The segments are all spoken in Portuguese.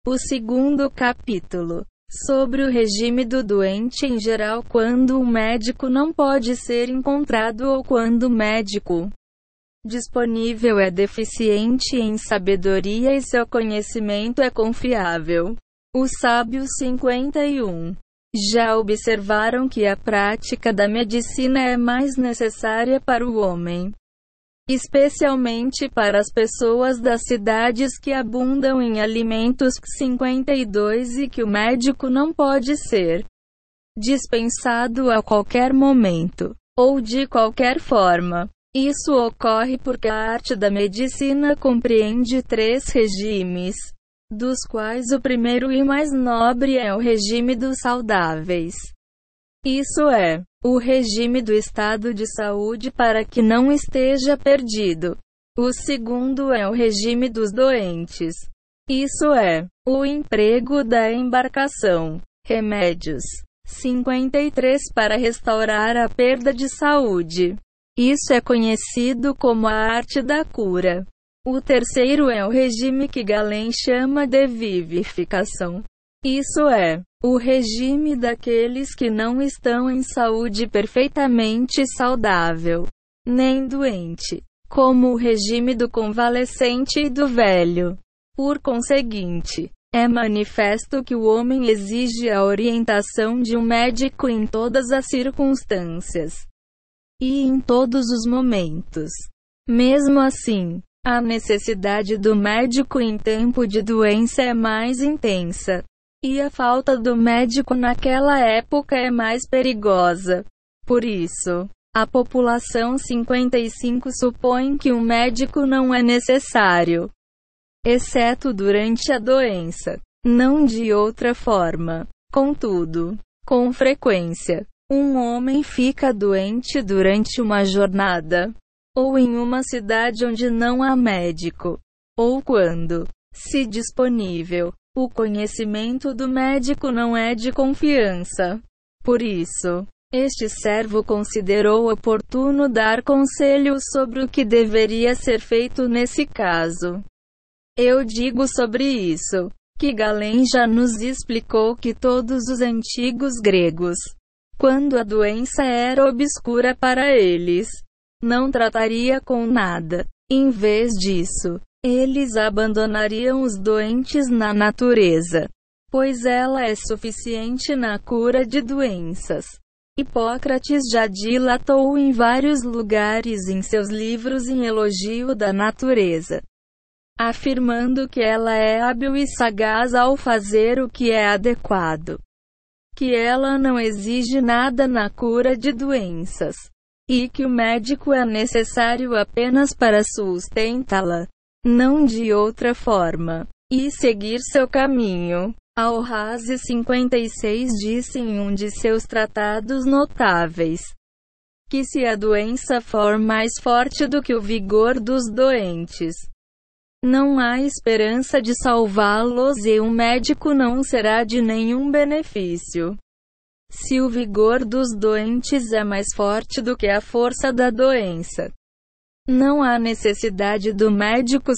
O segundo capítulo, sobre o regime do doente em geral quando o médico não pode ser encontrado ou quando o médico disponível é deficiente em sabedoria e seu conhecimento é confiável. Os sábios 51 já observaram que a prática da medicina é mais necessária para o homem, especialmente para as pessoas das cidades que abundam em alimentos 52 e que o médico não pode ser dispensado a qualquer momento, ou de qualquer forma. Isso ocorre porque a arte da medicina compreende 3 regimes, dos quais o primeiro e mais nobre é o regime dos saudáveis. Isso é, o regime do estado de saúde para que não esteja perdido. O segundo é o regime dos doentes. Isso é, o emprego da embarcação, remédios. 53 para restaurar a perda de saúde. Isso é conhecido como a arte da cura. O terceiro é o regime que Galen chama de vivificação. Isso é, o regime daqueles que não estão em saúde perfeitamente saudável, nem doente, como o regime do convalescente e do velho. Por conseguinte, é manifesto que o homem exige a orientação de um médico em todas as circunstâncias e em todos os momentos. Mesmo assim, a necessidade do médico em tempo de doença é mais intensa, e a falta do médico naquela época é mais perigosa. Por isso, a população 55 supõe que um médico não é necessário, exceto durante a doença, não de outra forma. Contudo, com frequência, um homem fica doente durante uma jornada, ou em uma cidade onde não há médico, ou quando, se disponível, o conhecimento do médico não é de confiança. Por isso, este servo considerou oportuno dar conselhos sobre o que deveria ser feito nesse caso. Eu digo sobre isso, que Galen já nos explicou que todos os antigos gregos, quando a doença era obscura para eles, não trataria com nada. Em vez disso, eles abandonariam os doentes na natureza, pois ela é suficiente na cura de doenças. Hipócrates já dilatou em vários lugares em seus livros em elogio da natureza, afirmando que ela é hábil e sagaz ao fazer o que é adequado, que ela não exige nada na cura de doenças, e que o médico é necessário apenas para sustentá-la, não de outra forma, e seguir seu caminho. Al-Razi 56 disse em um de seus tratados notáveis, que se a doença for mais forte do que o vigor dos doentes, não há esperança de salvá-los e um médico não será de nenhum benefício. Se o vigor dos doentes é mais forte do que a força da doença, não há necessidade do médico.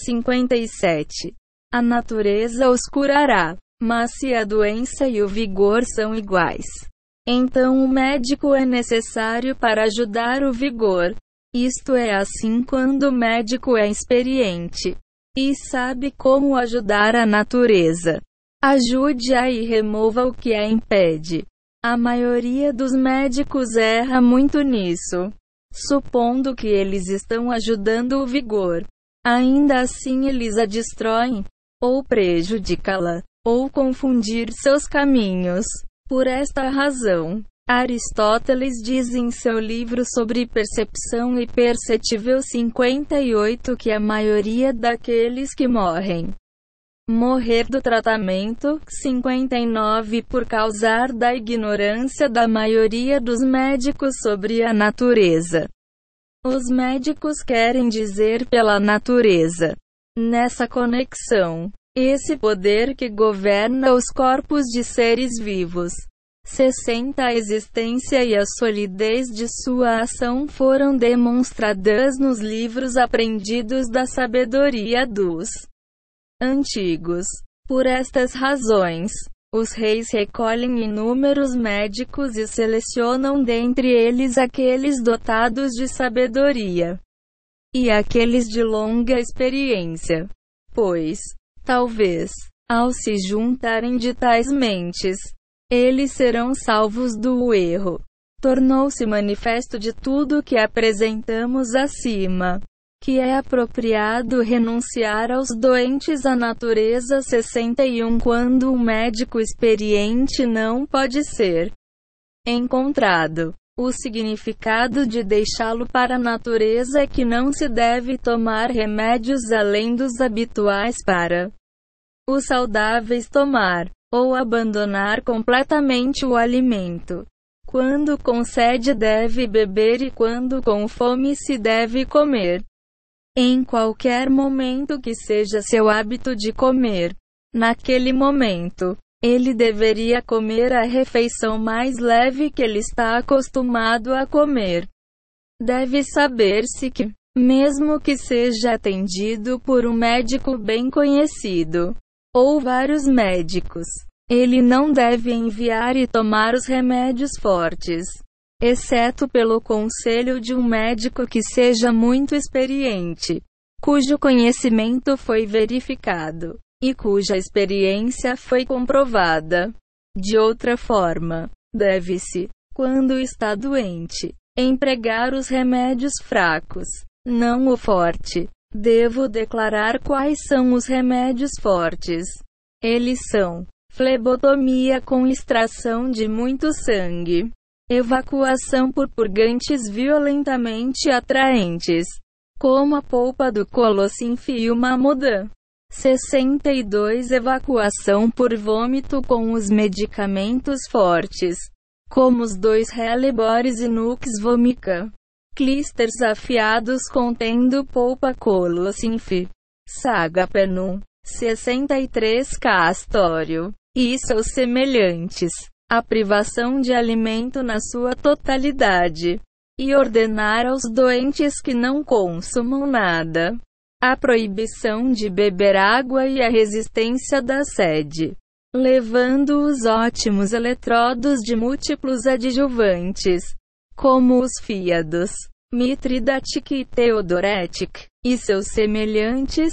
57. A natureza os curará, mas se a doença e o vigor são iguais, então o médico é necessário para ajudar o vigor. Isto é assim quando o médico é experiente e sabe como ajudar a natureza. Ajude-a e remova o que a impede. A maioria dos médicos erra muito nisso, supondo que eles estão ajudando o vigor. Ainda assim eles a destroem, ou prejudicá-la, ou confundir seus caminhos. Por esta razão, Aristóteles diz em seu livro sobre percepção e perceptível 58 que a maioria daqueles que morrer do tratamento, 59 por causa da ignorância da maioria dos médicos sobre a natureza. Os médicos querem dizer pela natureza. Nessa conexão, esse poder que governa os corpos de seres vivos. 60 A existência e a solidez de sua ação foram demonstradas nos livros aprendidos da sabedoria dos antigos. Por estas razões, os reis recolhem inúmeros médicos e selecionam dentre eles aqueles dotados de sabedoria e aqueles de longa experiência. Pois, talvez, ao se juntarem de tais mentes, eles serão salvos do erro. Tornou-se manifesto de tudo que apresentamos acima, que é apropriado renunciar aos doentes à natureza 61 quando um médico experiente não pode ser encontrado. O significado de deixá-lo para a natureza é que não se deve tomar remédios além dos habituais para os saudáveis tomar, ou abandonar completamente o alimento. Quando com sede deve beber e quando com fome se deve comer. Em qualquer momento que seja seu hábito de comer, naquele momento, ele deveria comer a refeição mais leve que ele está acostumado a comer. Deve saber-se que, mesmo que seja atendido por um médico bem conhecido, ou vários médicos, ele não deve enviar e tomar os remédios fortes, exceto pelo conselho de um médico que seja muito experiente, cujo conhecimento foi verificado e cuja experiência foi comprovada. De outra forma, deve-se, quando está doente, empregar os remédios fracos, não o forte. Devo declarar quais são os remédios fortes. Eles são: flebotomia com extração de muito sangue, evacuação por purgantes violentamente atraentes, como a polpa do colossinf e o mamudan. 62 Evacuação por vômito com os medicamentos fortes, como os 2 Hellebores e Nux vomica. Clísteres afiados contendo polpa colossinf. Sagapenum. 63 Castório e seus semelhantes. A privação de alimento na sua totalidade. E ordenar aos doentes que não consumam nada. A proibição de beber água e a resistência da sede, levando os ótimos eletrodos de múltiplos adjuvantes, como os fíados, Mitridatic e Theodoretic, e seus semelhantes.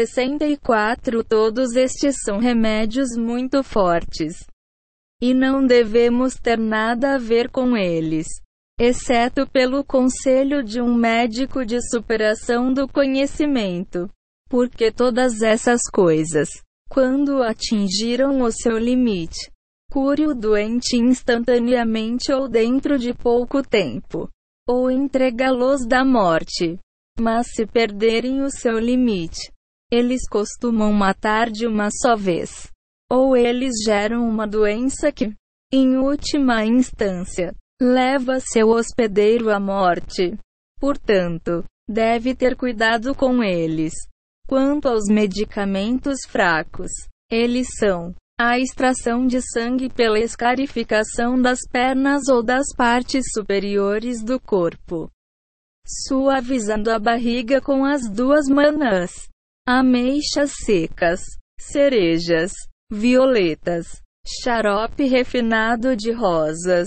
64 Todos estes são remédios muito fortes, e não devemos ter nada a ver com eles, exceto pelo conselho de um médico de superação do conhecimento. Porque todas essas coisas, quando atingiram o seu limite, cure o doente instantaneamente ou dentro de pouco tempo, ou entregá-los da morte. Mas se perderem o seu limite, eles costumam matar de uma só vez. Ou eles geram uma doença que, em última instância, leva seu hospedeiro à morte. Portanto, deve ter cuidado com eles. Quanto aos medicamentos fracos, eles são a extração de sangue pela escarificação das pernas ou das partes superiores do corpo, suavizando a barriga com as 2 manãs, ameixas secas, cerejas, violetas, xarope refinado de rosas.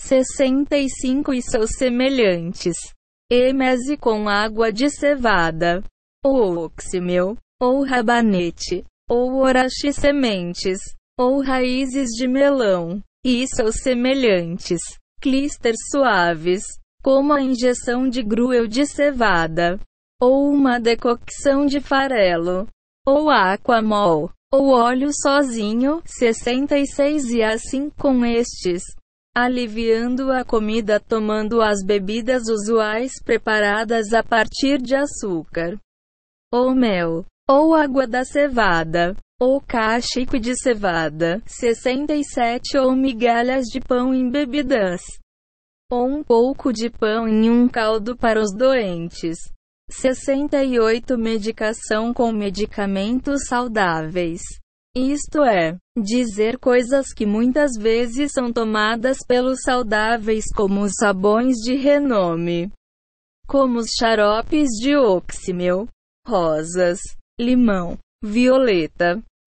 65 E seus semelhantes. Emese com água de cevada, ou oximel, ou rabanete, ou orache sementes, ou raízes de melão, e seus semelhantes. Clísteres suaves, como a injeção de gruel de cevada, ou uma decocção de farelo, ou aquamol, ou óleo sozinho. 66 E assim com estes, aliviando a comida tomando as bebidas usuais preparadas a partir de açúcar, ou mel, ou água da cevada, ou cachico de cevada. 67 Ou migalhas de pão embebidas, ou um pouco de pão em um caldo para os doentes. 68 Medicação com medicamentos saudáveis. Isto é, dizer coisas que muitas vezes são tomadas pelos saudáveis como os sabões de renome, como os xaropes de oximel, rosas, limão, violeta,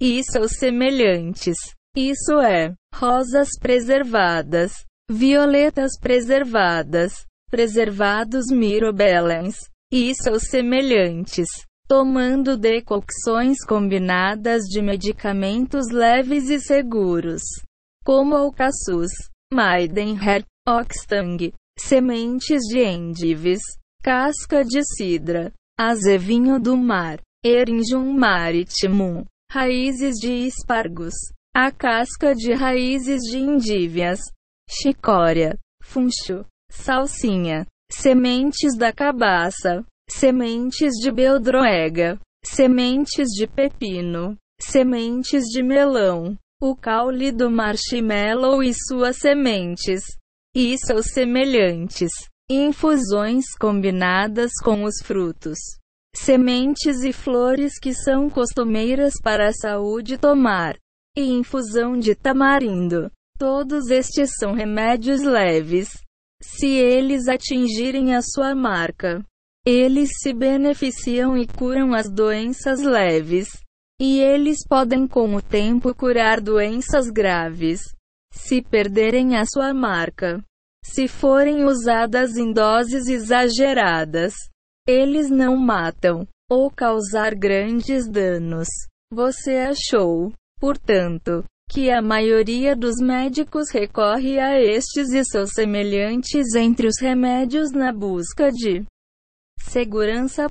e seus semelhantes, isso é, rosas preservadas, violetas preservadas, preservados mirobelens, e seus semelhantes, tomando decocções combinadas de medicamentos leves e seguros, como alcaçuz, maidenhair, oxtang, sementes de endives, casca de cidra, azevinho do mar, eringium maritimum, raízes de espargos, a casca de raízes de endívias, chicória, funcho, salsinha, sementes da cabaça, sementes de beldroega, sementes de pepino, sementes de melão, o caule do marshmallow e suas sementes, e seus semelhantes, infusões combinadas com os frutos, sementes e flores que são costumeiras para a saúde tomar, e infusão de tamarindo. Todos estes são remédios leves. Se eles atingirem a sua marca, eles se beneficiam e curam as doenças leves. E eles podem com o tempo curar doenças graves. Se perderem a sua marca, se forem usadas em doses exageradas, eles não matam, ou causar grandes danos. Você achou, portanto, que a maioria dos médicos recorre a estes e seus semelhantes entre os remédios na busca de segurança.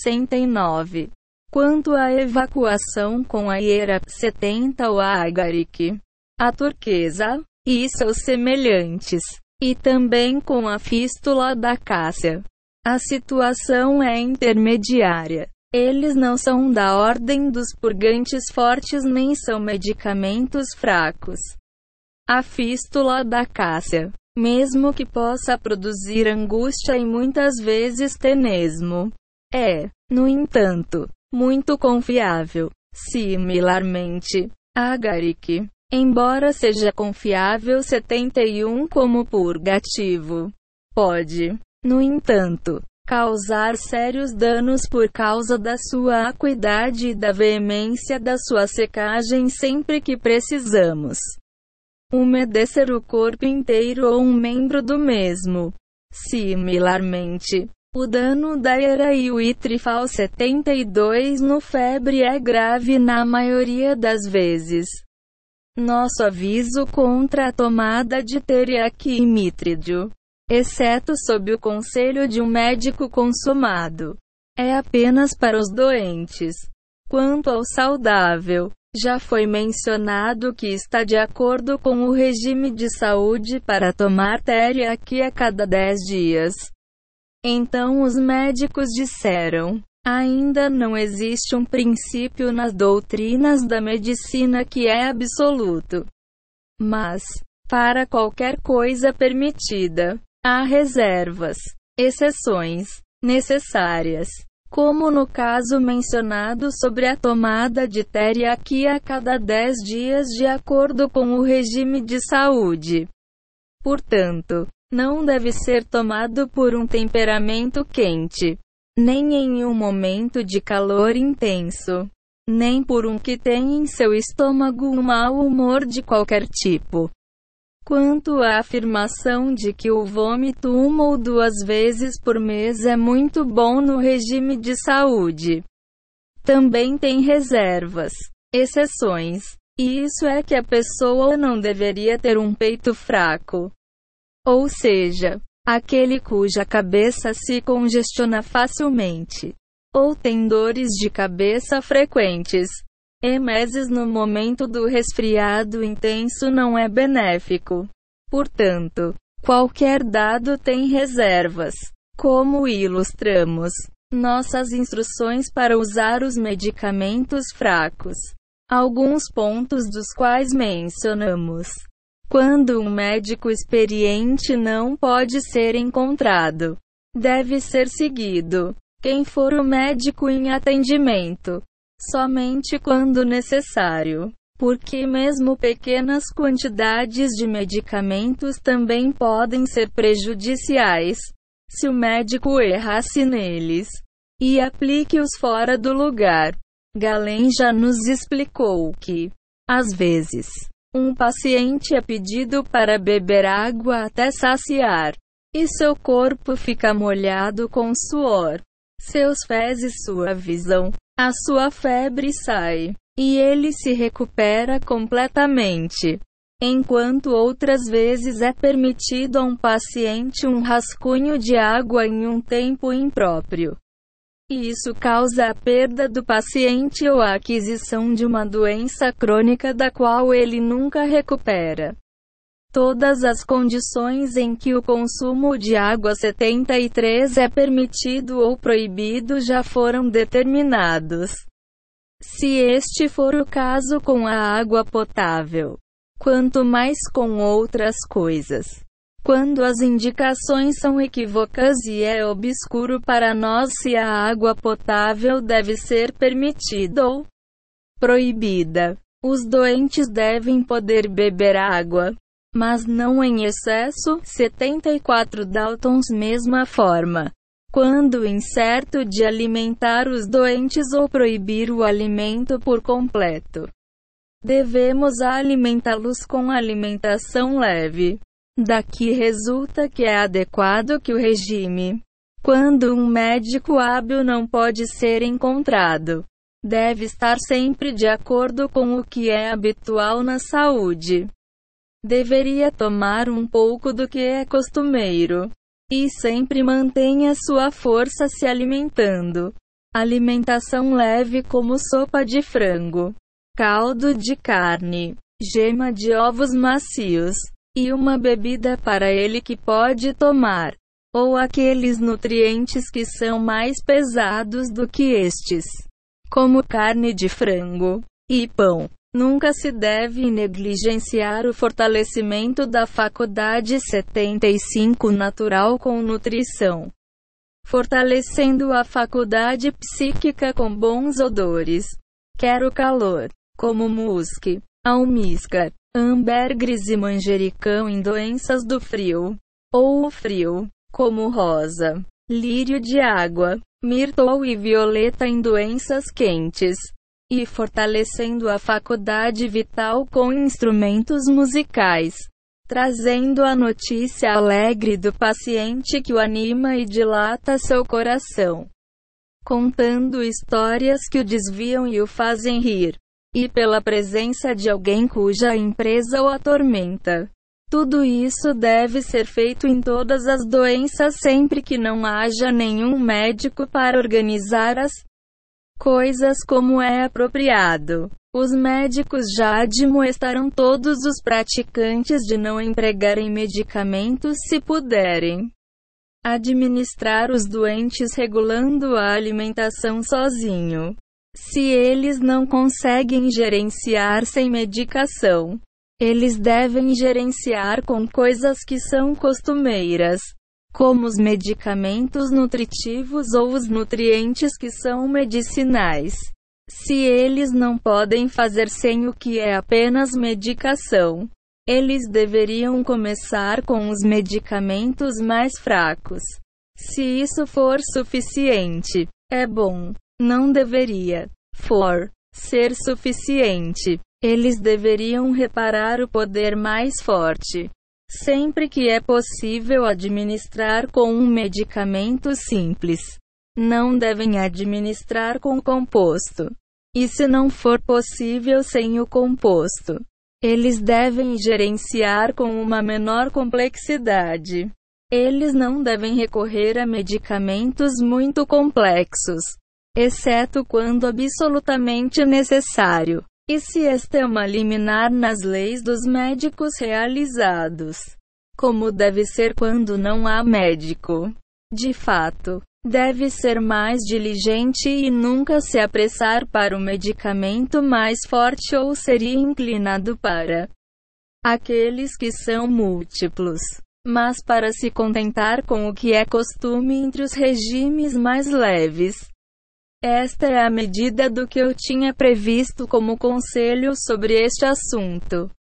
69. Quanto à evacuação com a hiera, 70 o agaric, a turquesa, e seus semelhantes, e também com a fístula da cássia, a situação é intermediária. Eles não são da ordem dos purgantes fortes nem são medicamentos fracos. A fístula da cássia, mesmo que possa produzir angústia e muitas vezes tenesmo, é, no entanto, muito confiável. Similarmente, agaric, embora seja confiável 71 como purgativo, pode, no entanto, causar sérios danos por causa da sua acuidade e da veemência da sua secagem sempre que precisamos umedecer o corpo inteiro ou um membro do mesmo. Similarmente, o dano da hiera e o itrifal 72 no febre é grave na maioria das vezes. Nosso aviso contra a tomada de teriaque e mitrídio, exceto sob o conselho de um médico consumado, é apenas para os doentes. Quanto ao saudável, já foi mencionado que está de acordo com o regime de saúde para tomar teriaque a cada 10 dias. Então os médicos disseram, ainda não existe um princípio nas doutrinas da medicina que é absoluto. Mas, para qualquer coisa permitida, há reservas, exceções, necessárias, como no caso mencionado sobre a tomada de teriaque a cada 10 dias de acordo com o regime de saúde. Portanto, não deve ser tomado por um temperamento quente, nem em um momento de calor intenso, nem por um que tem em seu estômago um mau humor de qualquer tipo. Quanto à afirmação de que o vômito 1 ou 2 vezes por mês é muito bom no regime de saúde, também tem reservas, exceções, e isso é que a pessoa não deveria ter um peito fraco, ou seja, aquele cuja cabeça se congestiona facilmente, ou tem dores de cabeça frequentes. Emeses no momento do resfriado intenso não é benéfico. Portanto, qualquer dado tem reservas. Como ilustramos nossas instruções para usar os medicamentos fracos. Alguns pontos dos quais mencionamos. Quando um médico experiente não pode ser encontrado, deve ser seguido. Quem for o médico em atendimento, somente quando necessário, porque mesmo pequenas quantidades de medicamentos também podem ser prejudiciais, se o médico errasse neles, e aplique-os fora do lugar. Galen já nos explicou que, às vezes, um paciente é pedido para beber água até saciar, e seu corpo fica molhado com suor. Seus fezes, sua visão, a sua febre sai, e ele se recupera completamente. Enquanto outras vezes é permitido a um paciente um rascunho de água em um tempo impróprio. E isso causa a perda do paciente ou a aquisição de uma doença crônica da qual ele nunca recupera. Todas as condições em que o consumo de água 73 é permitido ou proibido já foram determinados. Se este for o caso com a água potável, quanto mais com outras coisas. Quando as indicações são equívocas e é obscuro para nós se a água potável deve ser permitida ou proibida, os doentes devem poder beber água, mas não em excesso. 74 Daltons mesma forma. Quando incerto de alimentar os doentes ou proibir o alimento por completo, devemos alimentá-los com alimentação leve. Daqui resulta que é adequado que o regime, quando um médico hábil não pode ser encontrado, deve estar sempre de acordo com o que é habitual na saúde. Deveria tomar um pouco do que é costumeiro, e sempre mantenha sua força se alimentando. Alimentação leve como sopa de frango, caldo de carne, gema de ovos macios, e uma bebida para ele que pode tomar, ou aqueles nutrientes que são mais pesados do que estes, como carne de frango e pão. Nunca se deve negligenciar o fortalecimento da faculdade 75 natural com nutrição, fortalecendo a faculdade psíquica com bons odores. Quer o calor, como musque, almíscar, ambergris e manjericão em doenças do frio, ou o frio, como rosa, lírio de água, mirtol e violeta em doenças quentes, e fortalecendo a faculdade vital com instrumentos musicais, trazendo a notícia alegre do paciente que o anima e dilata seu coração, contando histórias que o desviam e o fazem rir, e pela presença de alguém cuja empresa o atormenta. Tudo isso deve ser feito em todas as doenças sempre que não haja nenhum médico para organizar as coisas como é apropriado. Os médicos já admoestaram todos os praticantes de não empregarem medicamentos se puderem administrar os doentes regulando a alimentação sozinho. Se eles não conseguem gerenciar sem medicação, eles devem gerenciar com coisas que são costumeiras, como os medicamentos nutritivos ou os nutrientes que são medicinais. Se eles não podem fazer sem o que é apenas medicação, eles deveriam começar com os medicamentos mais fracos. Se isso for suficiente, é bom. Não deveria ser suficiente. Eles deveriam reparar o poder mais forte. Sempre que é possível administrar com um medicamento simples, não devem administrar com composto. E se não for possível sem o composto, eles devem gerenciar com uma menor complexidade. Eles não devem recorrer a medicamentos muito complexos, exceto quando absolutamente necessário, e se esta é uma liminar nas leis dos médicos realizados, como deve ser quando não há médico. De fato, deve ser mais diligente e nunca se apressar para o medicamento mais forte ou seria inclinado para aqueles que são múltiplos, mas para se contentar com o que é costume entre os regimes mais leves. Esta é a medida do que eu tinha previsto como conselho sobre este assunto.